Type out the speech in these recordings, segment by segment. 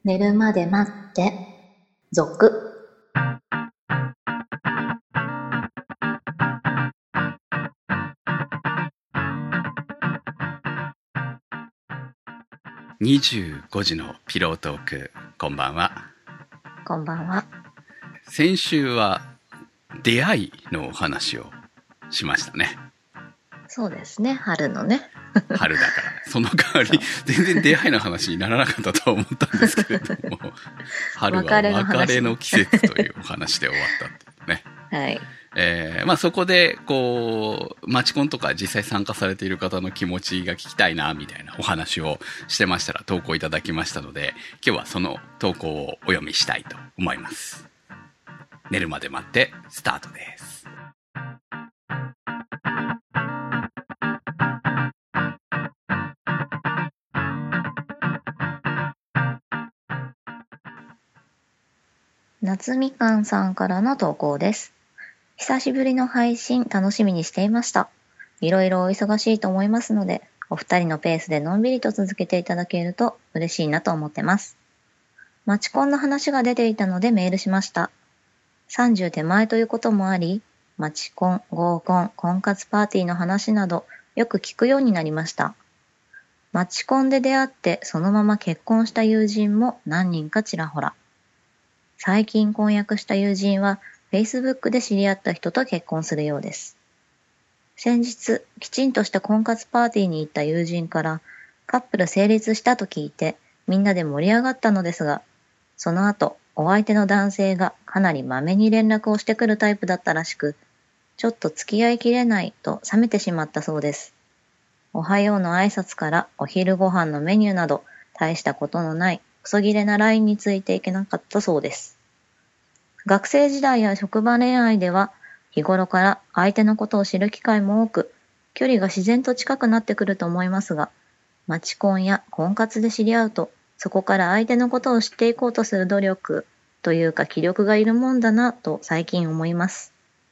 寝るまで待って、続。 25時のピロートーク、こんばんは。 こんばんは。 先週は出会いのお話をしましたね。 そうですね、春のね。 春だから。その代わり、全然出会いの話にならなかったと思ったんですけれども、春は別れの季節というお話で終わったっていうね。 はい。 まあそこで、こう、マチコンとか実際参加されている方の気持ちが聞きたいな、みたいなお話をしてましたら投稿いただきましたので、今日はその投稿をお読みしたいと思います。寝るまで待って、スタートです。 夏みかんさんからの投稿です。久しぶりの配信楽しみにしていました。いろいろお忙しいと思いますので、お二人のペースでのんびりと続けていただけると嬉しいなと思ってます。マチコンの話が出ていたのでメールしました。30手前ということもあり、マチコン、合コン、婚活パーティーの話などよく聞くようになりました。マチコンで出会ってそのまま結婚した友人も何人かちらほら。最近婚約した友人は Facebook で知り合った人と結婚するようです。先日、きちんとした婚活パーティーに行った友人からカップル成立したと聞いてみんなで盛り上がったのですが、その後、お相手の男性がかなりまめに連絡をしてくるタイプだったらしく、ちょっと付き合いきれないと冷めてしまったそうです。おはようの挨拶からお昼ご飯のメニューなど大したことのないクソ切れなラインについていけなかったそうです。学生時代や職場恋愛では日頃から相手のことを知る機会も多く、距離が自然と近くなってくると思いますが、マチコンや婚活で知り合うと、そこから相手のことを知っていこうとする努力というか気力がいるもんだなと最近思います。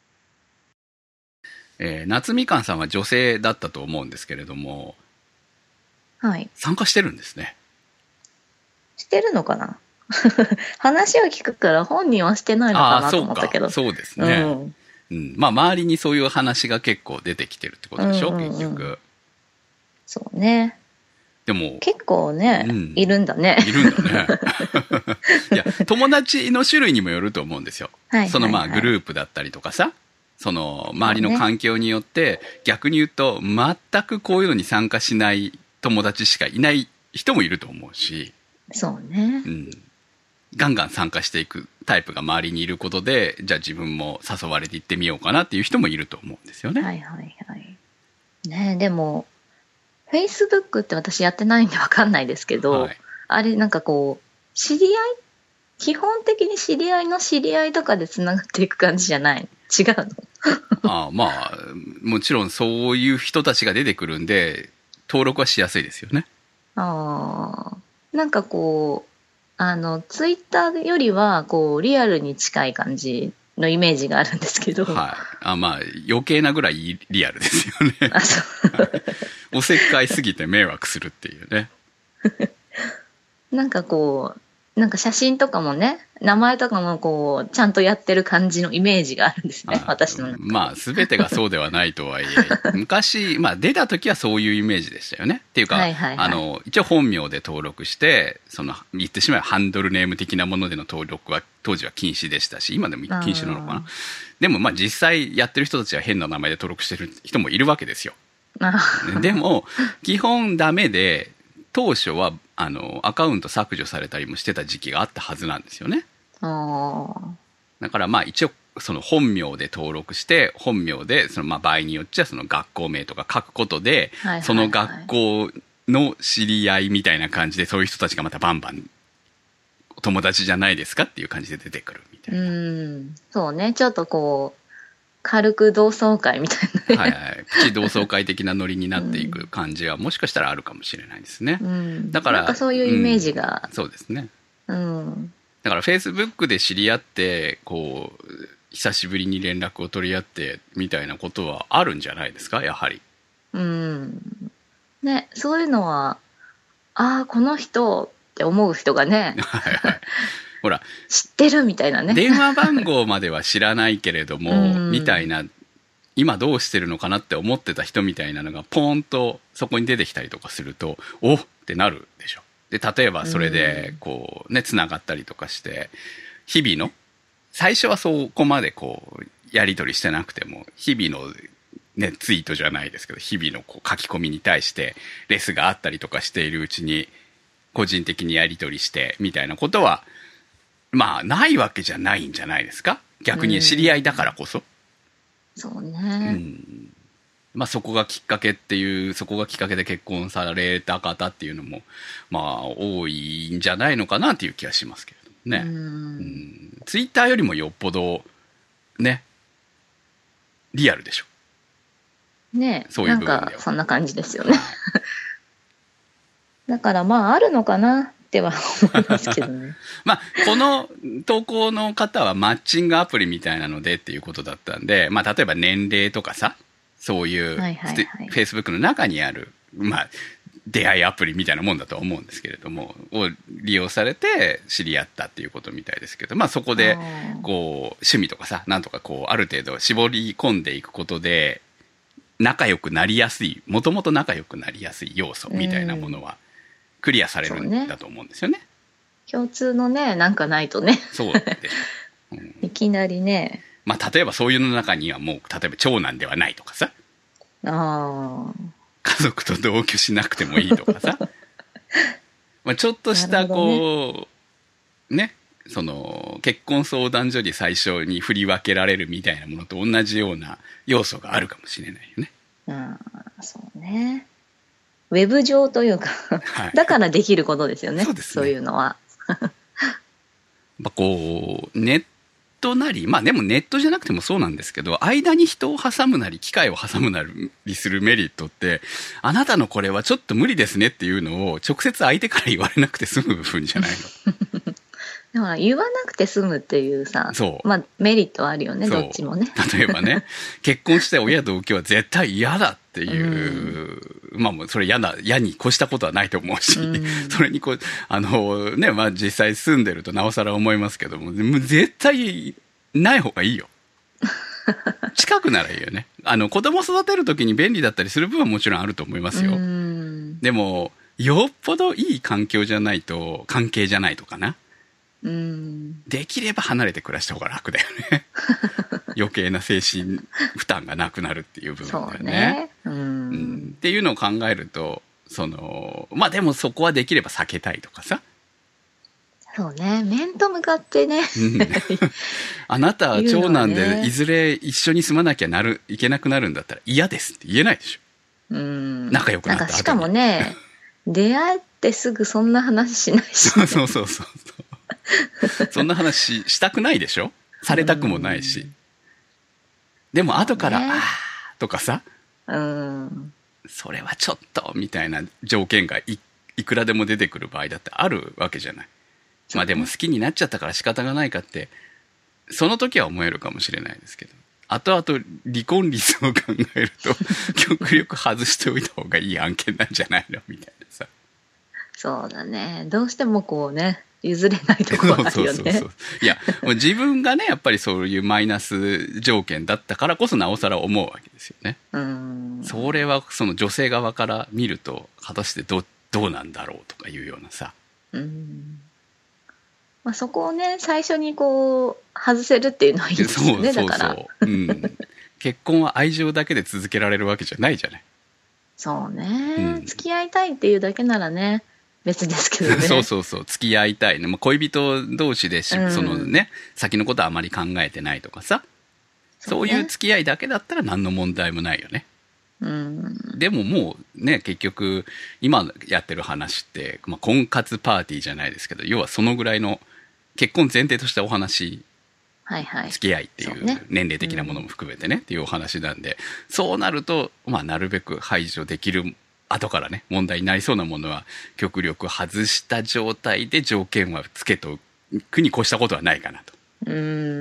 夏みかんさんは女性だったと思うんですけれども、 はい。 参加してるんですね。 してるのかな話を聞くから本人はしてないのかなと思ったけど。 そうですね。まあ周りにそういう話が結構出てきてるってことでしょ、結局。 そうね。 でも結構ね、いるんだね。 いるんだね。いや、友達の種類にもよると思うんですよ。そのまあグループだったりとかさ、その周りの環境によって、逆に言うと全くこういうのに参加しない友達しかいない人もいると思うし。 そうね。 ガンガン参加していくタイプが周りにいることで、じゃあ自分も誘われて行ってみようかなっていう人もいると思うんですよね。 はいはいはい。ね、でも、Facebook って私やってないんでわかんないですけど、あれなんかこう、知り合い基本的に知り合いの知り合いとかでつながっていく感じじゃない？違うの？ まあ、もちろんそういう人たちが出てくるんで、登録はしやすいですよね。 なんかこう、ツイッターよりは、こう、リアルに近い感じのイメージがあるんですけど。 まあ、余計なぐらいリアルですよね。おせっかいすぎて迷惑するっていうね。 なんかこう、なんか写真とかもね、名前とかもこう、ちゃんとやってる感じのイメージがあるんですね、私の中で。 まあ、すべてがそうではないとはいえ、昔、まあ、出た時はそういうイメージでしたよね。っていうか、一応本名で登録して、言ってしまえばハンドルネーム的なものでの登録は、当時は禁止でしたし、今でも禁止なのかな。でも、まあ、実際やってる人たちは変な名前で登録してる人もいるわけですよ。でも、基本ダメで、当初はアカウント削除されたりもしてた時期があったはずなんですよね。だからまあ一応その本名で登録して本名でまあ場合によっちゃその学校名とか書くことで、その学校の知り合いみたいな感じでそういう人たちがまたバンバンお友達じゃないですかっていう感じで出てくるみたいな。 そうね、ちょっとこう軽く同窓会みたいなね。プチ同窓会的なノリになっていく感じはもしかしたらあるかもしれないですね。だからなんかそういうイメージが、 そうですね。だからフェイスブックで知り合ってこう久しぶりに連絡を取り合ってみたいなことはあるんじゃないですか、やはり。 ね、そういうのはこの人って思う人がねはいはい。ほら、 知ってるみたいなね。 電話番号までは知らないけれども、みたいな、今どうしてるのかなって思ってた人みたいなのがポーンとそこに出てきたりとかすると、おってなるでしょ。で、例えばそれで、こうね、繋がったりとかして、日々の、最初はそこまでこう、やり取りしてなくても、日々のね、ツイートじゃないですけど、日々のこう書き込みに対してレスがあったりとかしているうちに、個人的にやり取りして、みたいなことは、まあ、ないわけじゃないんじゃないですか。逆に知り合いだからこそ。 そうね。 まあ、そこがきっかけっていう、そこがきっかけで結婚された方っていうのも、まあ、多いんじゃないのかなっていう気がしますけれどもね。ツイッターよりもよっぽど、ね、リアルでしょ。 ね、 そういう部分では。 なんか、そんな感じですよね。だから、まあ、あるのかなっては思いますけどね。 まあ、この投稿の方はマッチングアプリみたいなのでっていうことだったんで、まあ、例えば年齢とかさ、そういう、Facebook の中にある、まあ、出会いアプリみたいなもんだと思うんですけれども、を利用されて知り合ったっていうことみたいですけど、まあそこで、こう、趣味とかさ、なんとかこう、ある程度絞り込んでいくことで、仲良くなりやすい、もともと仲良くなりやすい要素みたいなものは、クリアされるんだと思うんですよね。 共通のね、なんかないとね。 そうでしょ。 いきなりね。 まあ例えばそういうの中にはもう、例えば長男ではないとかさ。家族と同居しなくてもいいとかさ。まあちょっとしたこう、ね、その結婚相談所に最初に振り分けられるみたいなものと同じような要素があるかもしれないよね。 そうね。ウェブ上というか、はい、だからできることですよね。そうですね。そういうのは。 こう、ネットなり、まあでもネットじゃなくてもそうなんですけど、間に人を挟むなり、機械を挟むなりするメリットって、あなたのこれはちょっと無理ですねっていうのを直接相手から言われなくて済む部分じゃないの。 だから言わなくて済むっていうさ、まあメリットはあるよね、どっちもね。 例えばね、結婚して親同居は絶対嫌だっていう、まあもうそれ嫌に越したことはないと思うし、それにまあ実際住んでるとなおさら思いますけども、絶対ない方がいいよ。近くならいいよね。子供育てるときに便利だったりする分はもちろんあると思いますよ。でも、よっぽどいい関係じゃないとかな。できれば離れて暮らした方が楽だよね。余計な精神負担がなくなるっていう部分だよね。っていうのを考えると、まあでもそこはできれば避けたいとかさ。 そうね。面と向かってね。 あなたは長男でいずれ一緒に住まなきゃいけなくなるんだったら嫌ですって言えないでしょ。仲良くなった後に。なんかしかもね、出会ってすぐそんな話しないし、ね。 そう。そんな話したくないでしょ？されたくもないし。でも後から、あーとかさ、それはちょっとみたいな条件がいくらでも出てくる場合だってあるわけじゃない。まあでも好きになっちゃったから仕方がないかって、その時は思えるかもしれないですけど、後々離婚率を考えると、極力外しておいた方がいい案件なんじゃないのみたいなさ。 そうだね。どうしてもこうね、譲れないところがあるよね。そう。 いや、もう自分がね、やっぱりそういうマイナス条件だったからこそなおさら思うわけですよね。それはその女性側から見ると、果たしてどうなんだろうとかいうようなさ。 まあ、そこをね、最初にこう、外せるっていうのはいいですよね、だから。 結婚は愛情だけで続けられるわけじゃないじゃない。 そうね。付き合いたいっていうだけならね、別ですけどね。 そう。付き合いたいね。恋人同士でそのね、先のことはあまり考えてないとかさ。そういう付き合いだけだったら何の問題もないよね。でももうね、結局、今やってる話って、まあ、婚活パーティーじゃないですけど、要はそのぐらいの結婚前提としたお話、付き合いっていう年齢的なものも含めてね、っていうお話なんで、そうなると、まあ、なるべく排除できる後からね、問題になりそうなものは極力外した状態で条件はつけとくに越したことはないかなと。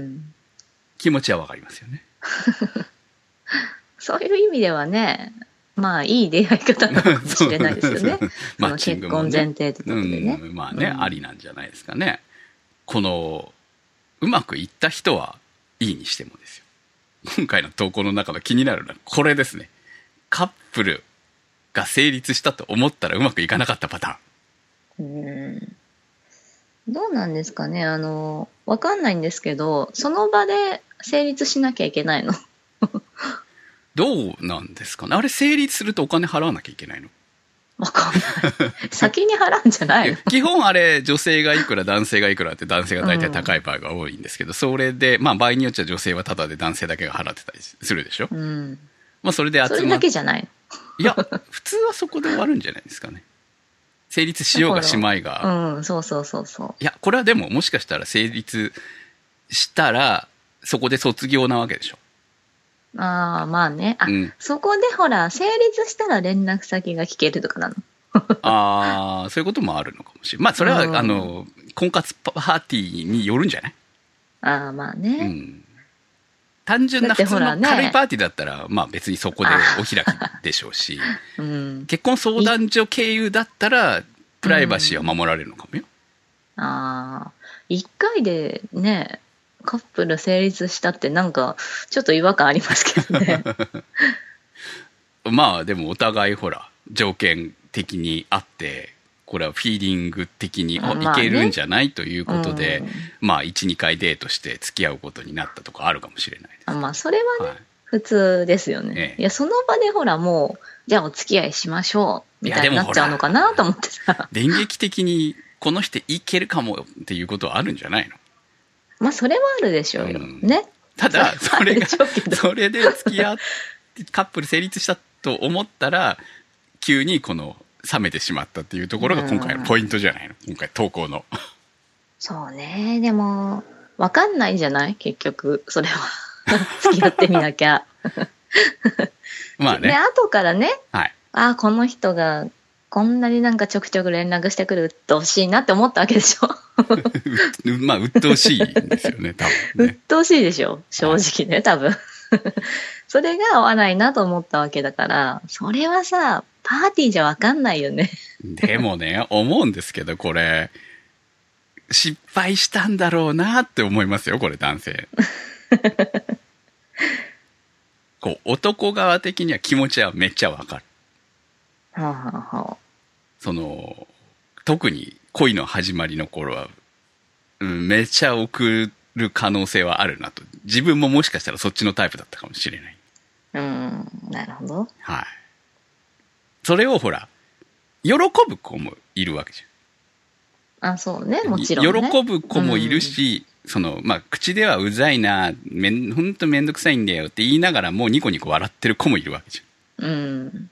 気持ちはわかりますよね。 そういう意味ではね、 まあいい出会い方なのかもしれないですよね。その結婚前提ってことでね。 まあね、ありなんじゃないですかね。このうまくいった人はいいにしてもですよ。今回の投稿の中の気になるのはこれですね。カップルが成立したと思ったらうまくいかなかったパターン。 どうなんですかね。わかんないんですけど、その場で成立しなきゃいけないの。 どうなんですかね。あれ成立するとお金払わなきゃいけないの？ わかんない。先に払うんじゃないの？ 基本あれ女性がいくら男性がいくらって男性が大体高い場合が多いんですけど、それでまあ場合によっちゃ女性はタダで男性だけが払ってたりするでしょ。まあそれで集まって。 それだけじゃないの？ いや普通はそこで終わるんじゃないですかね。成立しようがしまいが。 そうそうそうそう。 いやこれはでももしかしたら成立したらそこで卒業なわけでしょ。 ああまあね。そこでほら成立したら連絡先が聞けるとかなの。 ああそういうこともあるのかもしれない。まあそれは、婚活パーティーによるんじゃない？ ああまあね。 単純な普通の軽いパーティーだったら、まあ別にそこでお開きでしょうし、結婚相談所経由だったらプライバシーは守られるのかもよ。 1回でねカップル成立したってなんかちょっと違和感ありますけどね。 まあでもお互いほら条件的にあってこれはフィーリング的にいけるんじゃないということで、まあ 1,2 回デートして付き合うことになったとかあるかもしれないです。 まあそれはね、普通ですよね。いやその場でほらもうじゃあお付き合いしましょうみたいになっちゃうのかなと思ってさ。 電撃的にこの人いけるかもっていうことはあるんじゃないの？ まあそれはあるでしょうよ。ね。 ただそれで付き合ってカップル成立したと思ったら急にこの冷めてしまったっていうところが今回のポイントじゃないの？今回投稿の。 そうね。でも分かんないんじゃない？結局それは付き合ってみなきゃ。 まあね。 で後からね、この人がこんなになんかちょくちょく連絡してくる鬱陶しいなって思ったわけでしょ。 まあ鬱陶しいんですよね多分ね。 鬱陶しいでしょ正直ね、多分。それが合わないなと思ったわけだからそれはさパーティーじゃ分かんないよね。 でもね思うんですけどこれ失敗したんだろうなって思いますよこれ男性。こう男側的には気持ちはめっちゃ分かる。その特に恋の始まりの頃は、めっちゃ送る可能性はあるなと。自分ももしかしたらそっちのタイプだったかもしれない。 なるほど。 はい。それをほら喜ぶ子もいるわけじゃん。そうね、もちろんね。 喜ぶ子もいるし、そのまあ口ではうざいな、ほんとめんどくさいんだよって言いながらもうニコニコ笑ってる子もいるわけじゃん。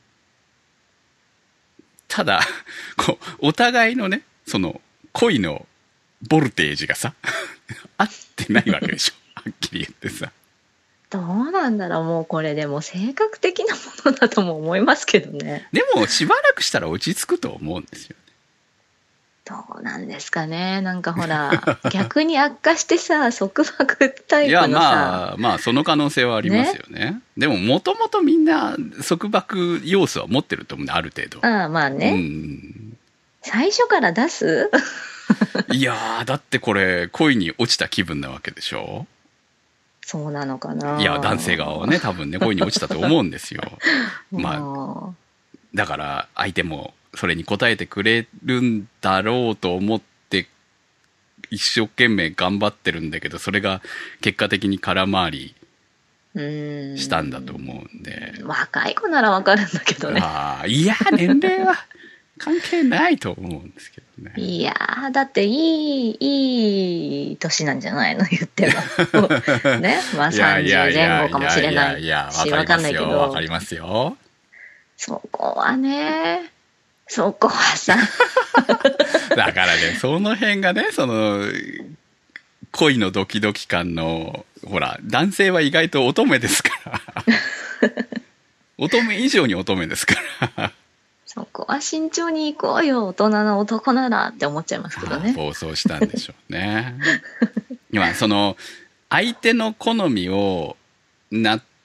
ただこうお互いのねその恋のボルテージがさ合ってないわけでしょ。はっきり言ってさ。 どうなんだろう。もうこれでも性格的なものだとも思いますけどね。 でもしばらくしたら落ち着くと思うんですよね。 どうなんですかね。なんかほら逆に悪化してさ束縛タイプのさ。いやまあその可能性はありますよね。でももともとみんな束縛要素は持ってると思うんである程度。 まあね。最初から出す？ いやだってこれ恋に落ちた気分なわけでしょ。 そうなのかな。 いや男性側はね多分ね恋に落ちたと思うんですよ。まあだから相手もそれに応えてくれるんだろうと思って一生懸命頑張ってるんだけどそれが結果的に空回りしたんだと思うんで。 若い子ならわかるんだけどね。 いや年齢は関係ないと思うんですけどね。 いやだっていい年なんじゃないの言ってもね。まあ30前後かもしれないしわかんないけど。 わかりますよ。 そこはねそこはさだからねその辺がねその恋のドキドキ感のほら男性は意外と乙女ですから乙女以上に乙女ですからそこは慎重に行こうよ大人の男ならって思っちゃいますけどね。 暴走したんでしょうね。今その相手の好みを納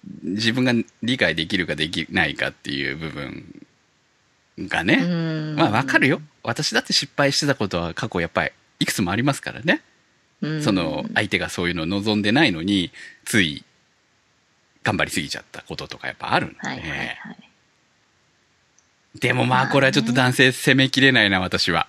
自分が理解できるかできないかっていう部分がね、まあわかるよ。私だって失敗してたことは過去やっぱりいくつもありますからね。その相手がそういうのを望んでないのについ頑張りすぎちゃったこととかやっぱあるんで、はいはいはい、でもまあこれはちょっと男性責めきれないな私は。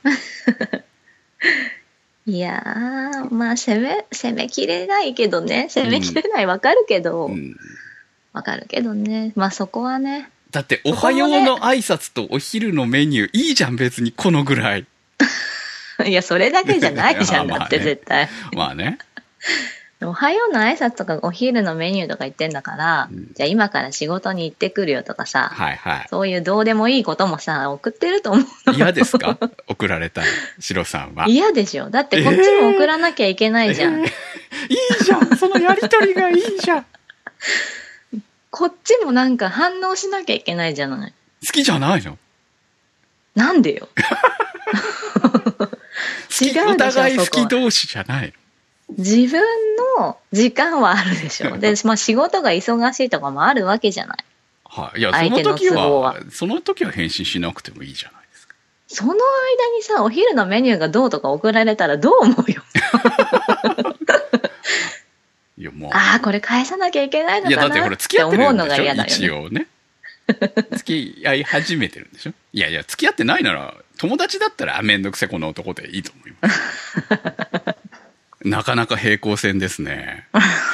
いやー、まあ責めきれないけどね、責めきれないわかるけど、わかるけどね、まあそこはね。 だっておはようの挨拶とお昼のメニューいいじゃん別にこのぐらい。 いやそれだけじゃないじゃんだって絶対。 まあね。 おはようの挨拶とかお昼のメニューとか言ってんだから、じゃあ今から仕事に行ってくるよとかさ、はいはい、そういうどうでもいいこともさ送ってると思う。 嫌ですか？送られたシロさんは。 嫌でしょ。だってこっちも送らなきゃいけないじゃん。 いいじゃんそのやりとりがいいじゃん。 こっちもなんか反応しなきゃいけないじゃない。 好きじゃないの？ なんでよ。違うでしょ。 お互い好き同士じゃないの？ 自分の時間はあるでしょ。で、まあ仕事が忙しいとかもあるわけじゃない。 はい、いやその時は返信しなくてもいいじゃないですか。 その間にさ、お昼のメニューがどうとか送られたらどう思うよ。 いやもうああこれ返さなきゃいけないのかな。 いやだってほら付き合ってるんでしょ、一応ね。付き合い始めてるんでしょ。いやいや付き合ってないなら友達だったらめんどくせこの男でいいと思います。なかなか平行線ですね。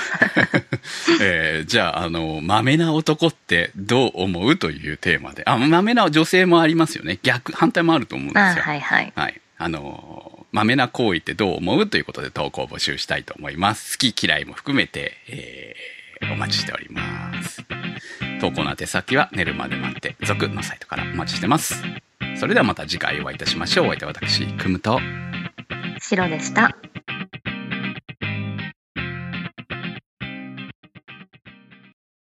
じゃあ、まめな男ってどう思うというテーマで。まめな女性もありますよね。反対もあると思うんですよ。 はいはい。 はい。まめな行為ってどう思うということで投稿を募集したいと思います。好き嫌いも含めて、お待ちしております。投稿の宛先は寝るまで待って続のサイトからお待ちしてます。それではまた次回お会いいたしましょう。お相手は私、くむとシロでした。